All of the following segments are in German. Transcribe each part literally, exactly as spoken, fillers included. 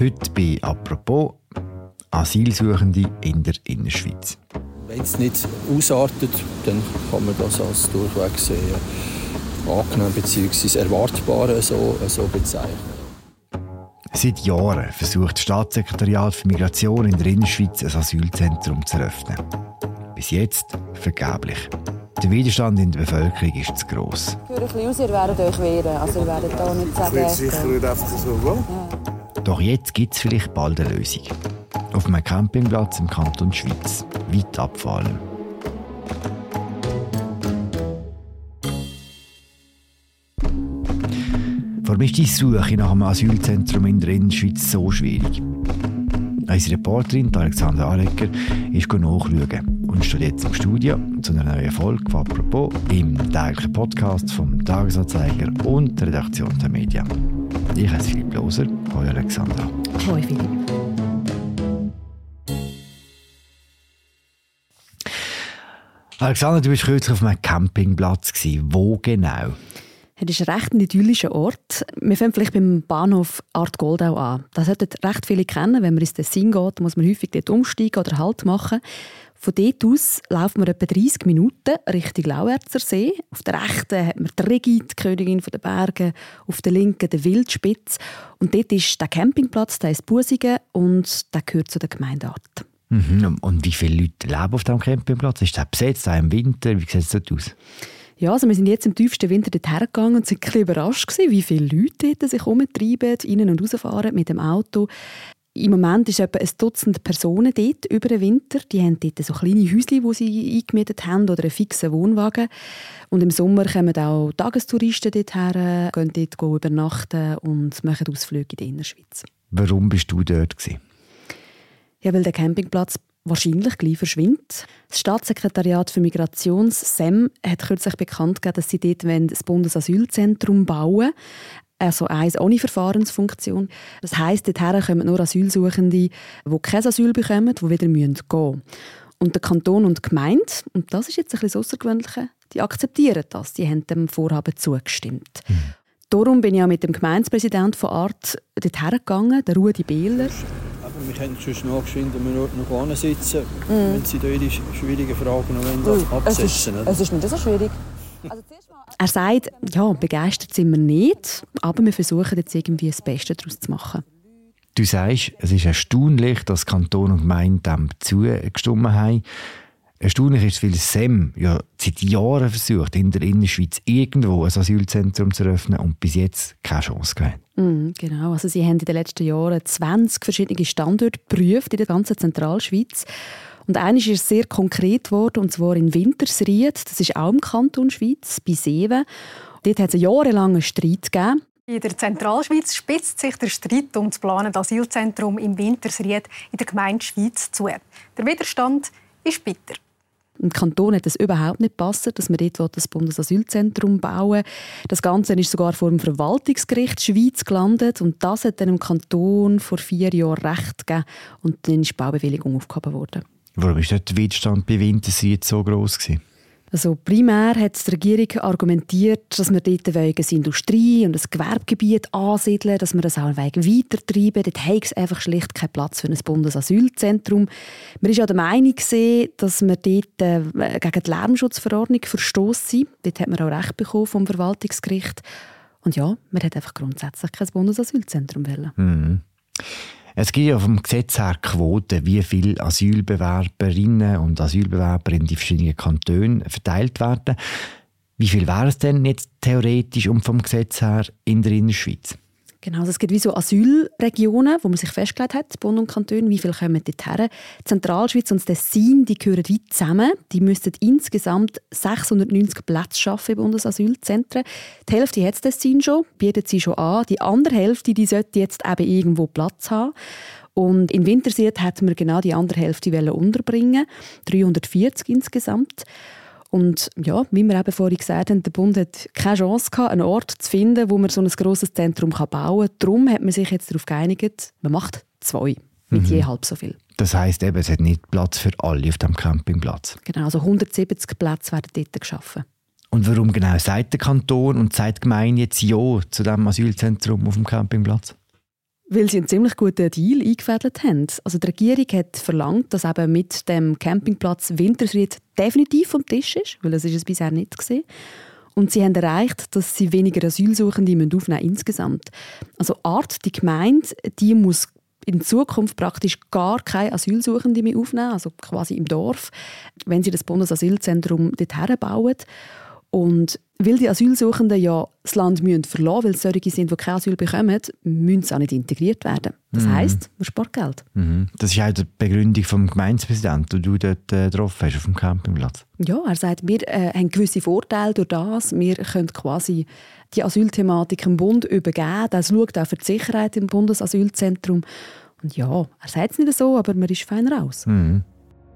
Heute bei «Apropos» Asylsuchende in der Innerschweiz. Wenn es nicht ausartet, dann kann man das als durchweg sehr angenehm bzw. erwartbar so, so bezeichnen. Seit Jahren versucht das Staatssekretariat für Migration in der Innerschweiz ein Asylzentrum zu eröffnen. Bis jetzt vergeblich. Der Widerstand in der Bevölkerung ist zu gross. Für ein bisschen raus, ihr werdet euch wehren. Also ihr werdet da nicht sagen... Das wird sicher nicht einfach so gehen. Ja. Doch jetzt gibt es vielleicht bald eine Lösung. Auf einem Campingplatz im Kanton Schwyz. Weit ab von allem. Warum ist die Suche nach einem Asylzentrum in der Innerschweiz so schwierig? Unsere Reporterin Alexandra Arecker ist nachschauen und steht jetzt im Studio zu einer neuen Folge von «Apropos» im täglichen Podcast vom «Tagesanzeiger» und der Redaktion der Medien. Ich heiße Philipp Loser. Hallo Alexandra. Hallo Philipp. Alexandra, du warst kürzlich auf einem Campingplatz. Wo genau? Das ist ein recht idyllischer Ort. Wir fangen vielleicht beim Bahnhof Art Goldau an. Das sollten recht viele kennen. Wenn man ins Tessin geht, muss man häufig dort umsteigen oder Halt machen. Von dort aus laufen wir etwa dreissig Minuten Richtung Lauerzer See. Auf der rechten hat man die Regi, die Königin der Berge, auf der linken den Wildspitz. Und dort ist der Campingplatz, der ist Busigen und der gehört zu der Gemeinde Art. Mhm. Und wie viele Leute leben auf diesem Campingplatz? Ist der besetzt, auch im Winter? Wie sieht es dort aus? Ja, also wir sind jetzt im tiefsten Winter dorthin gegangen und sind ein bisschen überrascht gewesen, wie viele Leute dort sich herumtreiben, rein- und rausfahren mit dem Auto. Im Moment ist etwa ein Dutzend Personen dort über den Winter. Die haben dort so kleine Häuschen, die sie eingemietet haben, oder einen fixen Wohnwagen. Und im Sommer kommen auch Tagestouristen dorthin, gehen dort übernachten und machen Ausflüge in der Innerschweiz. Warum bist du dort gewesen? Ja, weil der Campingplatz wahrscheinlich gleich verschwindet. Das Staatssekretariat für Migration, S E M, hat kürzlich bekannt gegeben, dass sie dort das Bundesasylzentrum bauen wollen. Also eins ohne Verfahrensfunktion. Das heisst, dorthin kommen nur Asylsuchende, die kein Asyl bekommen, die wieder gehen müssen. Und der Kanton und die Gemeinde, und das ist jetzt ein bisschen das Außergewöhnliche, die akzeptieren das. Die haben dem Vorhaben zugestimmt. Mhm. Darum bin ich ja mit dem Gemeindepräsidenten von Art dorthin gegangen, der Rudi Behler. Wir können sonst noch geschwind am Ort noch hinsitzen, mm. wenn Sie da Ihre schwierigen Fragen noch absetzen wollen. Es ist nicht so schwierig. Also er sagt, ja, begeistert sind wir nicht, aber wir versuchen jetzt irgendwie das Beste daraus zu machen. Du sagst, es ist erstaunlich, dass Kanton und Gemeinde dem zugestimmt haben. Erstaunlich ist, weil das S E M ja seit Jahren versucht, in der Innerschweiz irgendwo ein Asylzentrum zu eröffnen und bis jetzt keine Chance gehabt. Mm, genau, also sie haben in den letzten Jahren zwanzig verschiedene Standorte geprüft in der ganzen Zentralschweiz. Und eines ist sehr konkret geworden, und zwar in Wintersried. Das ist auch im Kanton Schweiz, bei Seewen. Dort hat es einen jahrelangen Streit gegeben. In der Zentralschweiz spitzt sich der Streit um das geplante Asylzentrum im Wintersried in der Gemeinde Schwyz zu. Der Widerstand ist bitter. Im Kanton hat es überhaupt nicht gepasst, dass man dort das Bundesasylzentrum bauen will. Das Ganze ist sogar vor dem Verwaltungsgericht Schweiz gelandet. Und das hat dann im Kanton vor vier Jahren Recht gegeben. Und dann ist die Baubewilligung aufgehoben worden. Warum war der Widerstand bei Wintersried so gross gewesen? Also primär hat die Regierung argumentiert, dass wir dort eine Industrie- und ein Gewerbegebiet ansiedeln, dass wir das auch weitertreiben. Dort hat es einfach schlicht keinen Platz für ein Bundesasylzentrum. Man war ja der Meinung, dass wir dort äh, gegen die Lärmschutzverordnung verstoßen sind. Dort hat man auch Recht bekommen vom Verwaltungsgericht. Und ja, man hat einfach grundsätzlich kein Bundesasylzentrum wollen. Mhm. Es gibt ja vom Gesetz her Quoten, wie viele Asylbewerberinnen und Asylbewerber in die verschiedenen Kantone verteilt werden. Wie viel wäre es denn jetzt theoretisch und vom Gesetz her in der Innerschweiz? Genau, also es gibt wie so Asylregionen, wo man sich festgelegt hat, Bund und Kanton, wie viele kommen dort her. Die Zentralschweiz und das Tessin, die gehören weit zusammen. Die müssten insgesamt sechshundertneunzig Plätze schaffen in Bundesasylzentren. Die Hälfte hat das Tessin schon, bietet sie schon an. Die andere Hälfte, die sollte jetzt eben irgendwo Platz haben. Und in Wintersried hätten wir genau die andere Hälfte unterbringen, dreihundertvierzig insgesamt. Und ja, wie wir eben vorhin gesagt haben, der Bund hat keine Chance gehabt, einen Ort zu finden, wo man so ein grosses Zentrum bauen kann. Darum hat man sich jetzt darauf geeinigt, man macht zwei, mit mhm. je halb so viel. Das heisst eben, es hat nicht Platz für alle auf dem Campingplatz. Genau, also hundertsiebzig Plätze werden dort geschaffen. Und warum genau sagt der Kanton und sagt die Gemeinde jetzt Ja zu diesem Asylzentrum auf dem Campingplatz? Weil sie einen ziemlich guten Deal eingefädelt haben. Also die Regierung hat verlangt, dass eben mit dem Campingplatz Wintersried definitiv vom Tisch ist, weil das ist es bisher nicht gewesen. Und sie haben erreicht, dass sie weniger Asylsuchende aufnehmen müssen insgesamt. Also Art, die Gemeinde, die muss in Zukunft praktisch gar keine Asylsuchende mehr aufnehmen, also quasi im Dorf, wenn sie das Bundesasylzentrum dorthin bauen. Und weil die Asylsuchenden ja das Land müssen verlassen müssen, weil es solche sind, die kein Asyl bekommen, müssen sie auch nicht integriert werden. Das mhm. heisst, man spart Geld. Mhm. Das ist auch die Begründung vom Gemeindepräsidenten, die du dort äh, getroffen hast auf dem Campingplatz. Ja, er sagt, wir äh, haben gewisse Vorteile durch das. Wir können quasi die Asylthematik dem Bund übergeben. Das schaut auch für die Sicherheit im Bundesasylzentrum. Und ja, er sagt es nicht so, aber man ist fein raus. Mhm.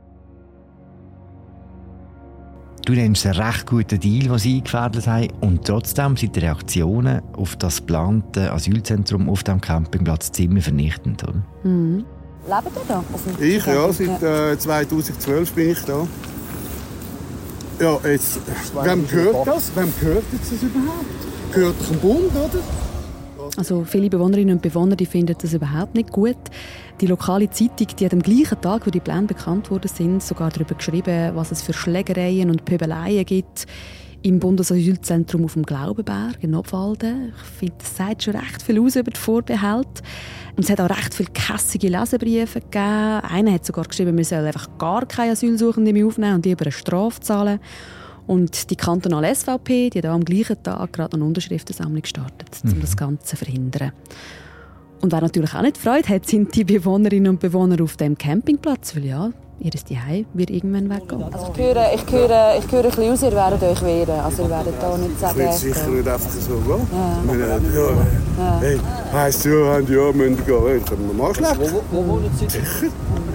Du nennst einen recht guten Deal, den sie eingefädelt haben. Und trotzdem sind die Reaktionen auf das geplante Asylzentrum auf dem Campingplatz ziemlich vernichtend, oder? Mhm. Lebt ihr da? Auf dem Ich, ja, seit äh, zweitausendzwölf bin ich da. Ja, jetzt, wem gehört das? Wem gehört jetzt das überhaupt? Gehört es dem Bund, oder? Also viele Bewohnerinnen und Bewohner die finden das überhaupt nicht gut. Die lokale Zeitung die hat am gleichen Tag, wo die Pläne bekannt worden sind, sogar darüber geschrieben, was es für Schlägereien und Pöbeleien gibt im Bundesasylzentrum auf dem Glaubenberg in Obwalden. Ich finde, das sagt schon recht viel aus über die Vorbehalte. Und es hat auch recht viele kässige Leserbriefe gegeben. Einer hat sogar geschrieben, wir sollen einfach gar keine Asylsuchenden mehr aufnehmen und lieber eine Strafe zahlen. Und die kantonale S V P die hat auch am gleichen Tag gerade eine Unterschriftensammlung gestartet, um mhm. das Ganze zu verhindern. Und wer natürlich auch nicht Freude hat, sind die Bewohnerinnen und Bewohner auf dem Campingplatz, weil ja, ihr Zuhause wird irgendwann weggehen. Also ich höre, ich höre, ich höre ein bisschen raus, ihr werdet euch wehren. Also ihr werdet da nicht sagen... Das wird sicher nicht einfach so gehen. Ja. Wir, ja, ja. Hey, heisst ja, haben ja, müssen gehen. Hey, können wir mal schlecht. Wo, wo wohnen Sie? Sicher.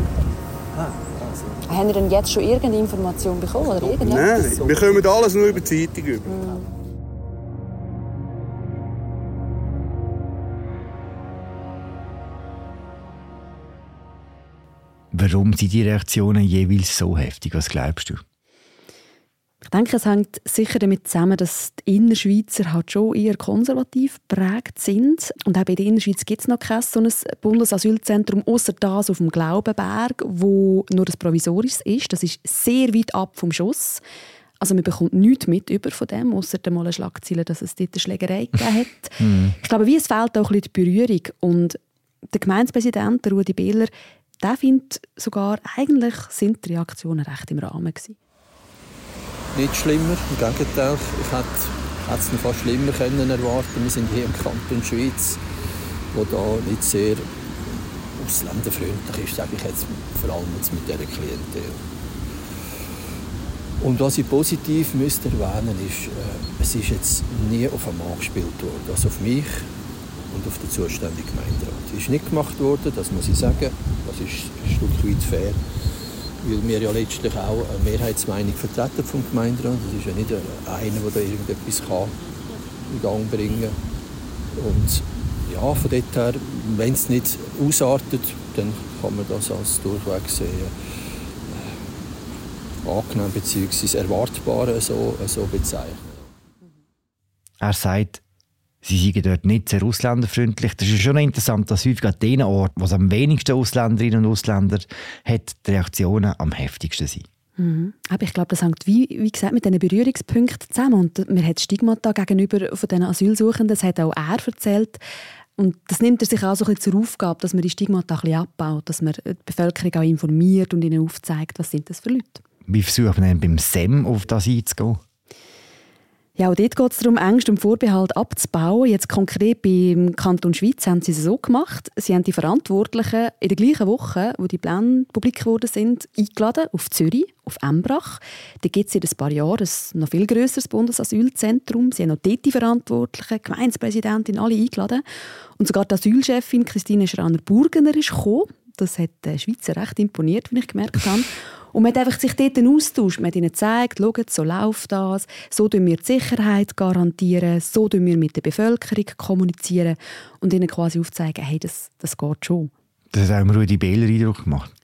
Haben Sie denn jetzt schon irgendeine Information bekommen? Oder Nein, wir kommen alles nur über die Zeitung über. Mhm. Warum sind die Reaktionen jeweils so heftig? Was glaubst du? Ich denke, es hängt sicher damit zusammen, dass die Innerschweizer halt schon eher konservativ geprägt sind. Und auch bei der Innerschweiz gibt es noch kein so ein Bundesasylzentrum, außer das auf dem Glaubenberg, wo nur das Provisorisches ist. Das ist sehr weit ab vom Schuss. Also man bekommt nichts mit über von dem, ausser mal eine Schlagzeile, dass es dort eine Schlägerei gegeben hat. mm. Ich glaube, wie es fehlt auch ein bisschen die Berührung. Und der Gemeindepräsident, der Rudi Behler, der findet sogar, eigentlich sind die Reaktionen recht im Rahmen gewesen. Nicht schlimmer, im Gegenteil. Ich hätte es noch fast schlimmer können erwarten. Wir sind hier im Kanton Schweiz, wo da nicht sehr ausländerfreundlich ist, sage ich jetzt, vor allem jetzt mit dieser Klientel. Und was ich positiv müsste erwähnen ist, äh, es ist jetzt nie auf einen Mann gespielt worden, also auf mich und auf den zuständigen Gemeinderat. Es ist nicht gemacht worden, das muss ich sagen. Das ist ein Stück weit fair, weil wir ja letztlich auch eine Mehrheitsmeinung vertreten vom Gemeinderat. Das ist ja nicht einer, der da irgendetwas kann in Gang bringen kann. Und ja, von dort her, wenn es nicht ausartet, dann kann man das als durchweg sehen, äh, angenehm bzw. erwartbar so, so bezeichnen. Er sagt, sie seien dort nicht sehr ausländerfreundlich. Das ist schon interessant, dass häufig an den Orten, wo es am wenigsten Ausländerinnen und Ausländer hat, die Reaktionen am heftigsten sind. Mhm. Aber ich glaube, das hängt, wie, wie gesagt, mit diesen Berührungspunkten zusammen. Und man hat Stigmata gegenüber von diesen Asylsuchenden, das hat auch er erzählt. Und das nimmt er sich auch so ein bisschen zur Aufgabe, dass man die Stigmata ein bisschen abbaut, dass man die Bevölkerung auch informiert und ihnen aufzeigt, was sind das für Leute. Wie versucht man denn beim S E M auf das einzugehen? Ja, auch dort geht es darum, Ängste und Vorbehalte abzubauen. Jetzt konkret beim Kanton Schweiz haben sie es so gemacht. Sie haben die Verantwortlichen in der gleichen Woche, wo die Pläne publik geworden sind, eingeladen auf Zürich, auf Embrach. Da gibt es seit ein paar Jahren ein noch viel grösseres Bundesasylzentrum. Sie haben auch dort die Verantwortlichen, die Gemeindepräsidentin, alle eingeladen. Und sogar die Asylchefin Christine Schraner-Burgener ist gekommen. Das hat den Schweizer recht imponiert, wie ich gemerkt habe. Und man hat einfach sich dort austauscht. Man hat ihnen gezeigt, schaut, so läuft das, so garantieren wir die Sicherheit, garantieren, so kommunizieren wir mit der Bevölkerung kommunizieren und ihnen quasi aufzeigen, hey, das, das geht schon. Das hat auch Rudi Behler Eindruck gemacht.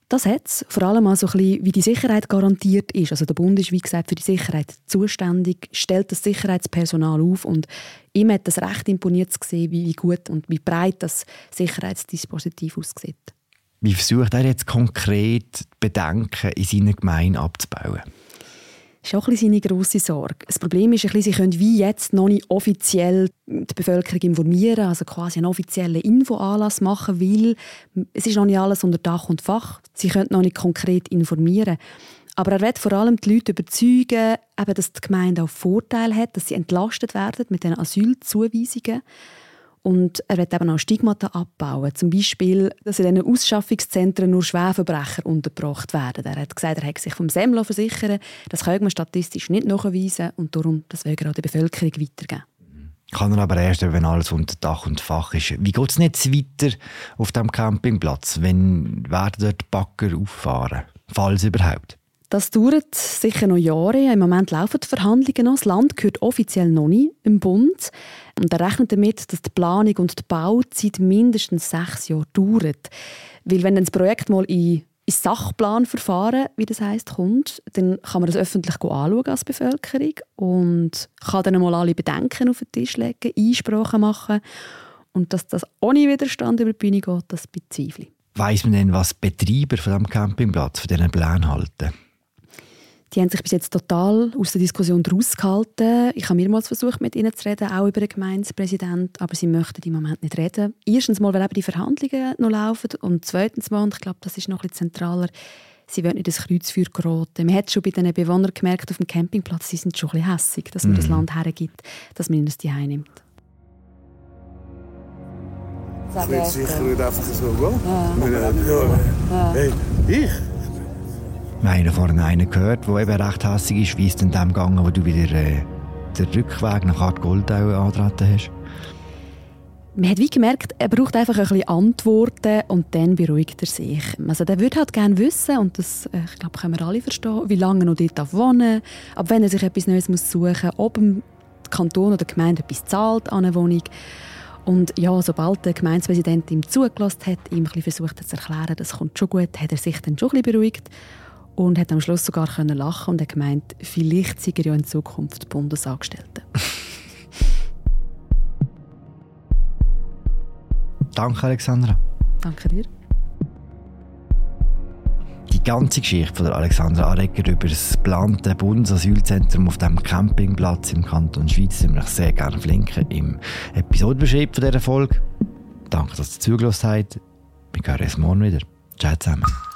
Das hat es, vor allem auch so ein bisschen, wie die Sicherheit garantiert ist. Also der Bund ist, wie gesagt, für die Sicherheit zuständig, stellt das Sicherheitspersonal auf und ihm hat das recht imponiert zu sehen, wie gut und wie breit das Sicherheitsdispositiv aussieht. Wie versucht er jetzt konkret Bedenken in seiner Gemeinde abzubauen? Das ist auch ein bisschen seine grosse Sorge. Das Problem ist, ein bisschen, sie können wie jetzt noch nicht offiziell die Bevölkerung informieren, also quasi einen offiziellen Infoanlass machen, weil es ist noch nicht alles unter Dach und Fach. Sie können noch nicht konkret informieren. Aber er will vor allem die Leute überzeugen, eben, dass die Gemeinde auch Vorteile hat, dass sie entlastet werden mit den Asylzuweisungen. Und er will eben auch Stigmata abbauen. Zum Beispiel, dass in diesen Ausschaffungszentren nur Schwerverbrecher untergebracht werden. Er hat gesagt, er hätte sich vom Semlo versichern. Das kann man statistisch nicht nachweisen. Und darum das will er auch der Bevölkerung weitergeben. Kann er aber erst, wenn alles unter Dach und Fach ist. Wie geht es jetzt weiter auf dem Campingplatz? Wenn werden dort die Bagger auffahren? Falls überhaupt? Das dauert sicher noch Jahre. Im Moment laufen die Verhandlungen noch. Das Land gehört offiziell noch nicht im Bund. Und er rechnet damit, dass die Planung und die Bauzeit mindestens sechs Jahre dauert. Weil wenn das Projekt mal in ins Sachplanverfahren, wie das heisst, kommt, dann kann man das öffentlich anschauen als Bevölkerung und kann dann mal alle Bedenken auf den Tisch legen, Einsprachen machen. Und dass das ohne Widerstand über die Bühne geht, das bezweifle ich. Weiss man denn, was die Betreiber von diesem Campingplatz, von diesen Plänen halten? Die haben sich bis jetzt total aus der Diskussion rausgehalten. Ich habe mehrmals versucht, mit ihnen zu reden, auch über den Gemeindepräsidenten, aber sie möchten im Moment nicht reden. Erstens mal, weil eben die Verhandlungen noch laufen und zweitens mal, und ich glaube, das ist noch ein bisschen zentraler, sie wollen nicht ins Kreuzfeuer geraten. Man hat schon bei den Bewohnern gemerkt auf dem Campingplatz, sie sind schon ein bisschen hässig, dass man mhm. das Land hergibt, dass man ihnen das zuhause nimmt. Das wird sicher nicht einfach so gehen. Ja. Ja. Ja. Hey, ich? Wir haben vorhin einen gehört, der eben recht hässig ist. Wie ist es denn dem gegangen, wo du wieder äh, den Rückweg nach Art Goldau angetreten hast? Man hat wie gemerkt, er braucht einfach ein bisschen Antworten und dann beruhigt er sich. Also der würde halt gerne wissen, und das ich glaube, können wir alle verstehen, wie lange er noch dort wohnen darf, ab wenn er sich etwas Neues muss suchen muss, ob dem Kanton oder die Gemeinde etwas zahlt an einer Wohnung. Und ja, sobald der Gemeindepräsident ihm zugelassen hat, ihm ein bisschen versucht zu erklären, das kommt schon gut, hat er sich dann schon ein bisschen beruhigt. Und hat am Schluss sogar können lachen und hat gemeint, vielleicht sei er ja in Zukunft Bundesangestellter. Danke, Alexandra. Danke dir. Die ganze Geschichte von der Alexandra Aregger über das geplante Bundesasylzentrum auf dem Campingplatz im Kanton Schwyz würde ich sehr gerne verlinken im Episodenbeschrieb von dieser Folge. Danke, dass ihr zugelassen habt. Wir hören uns morgen wieder. Ciao zusammen.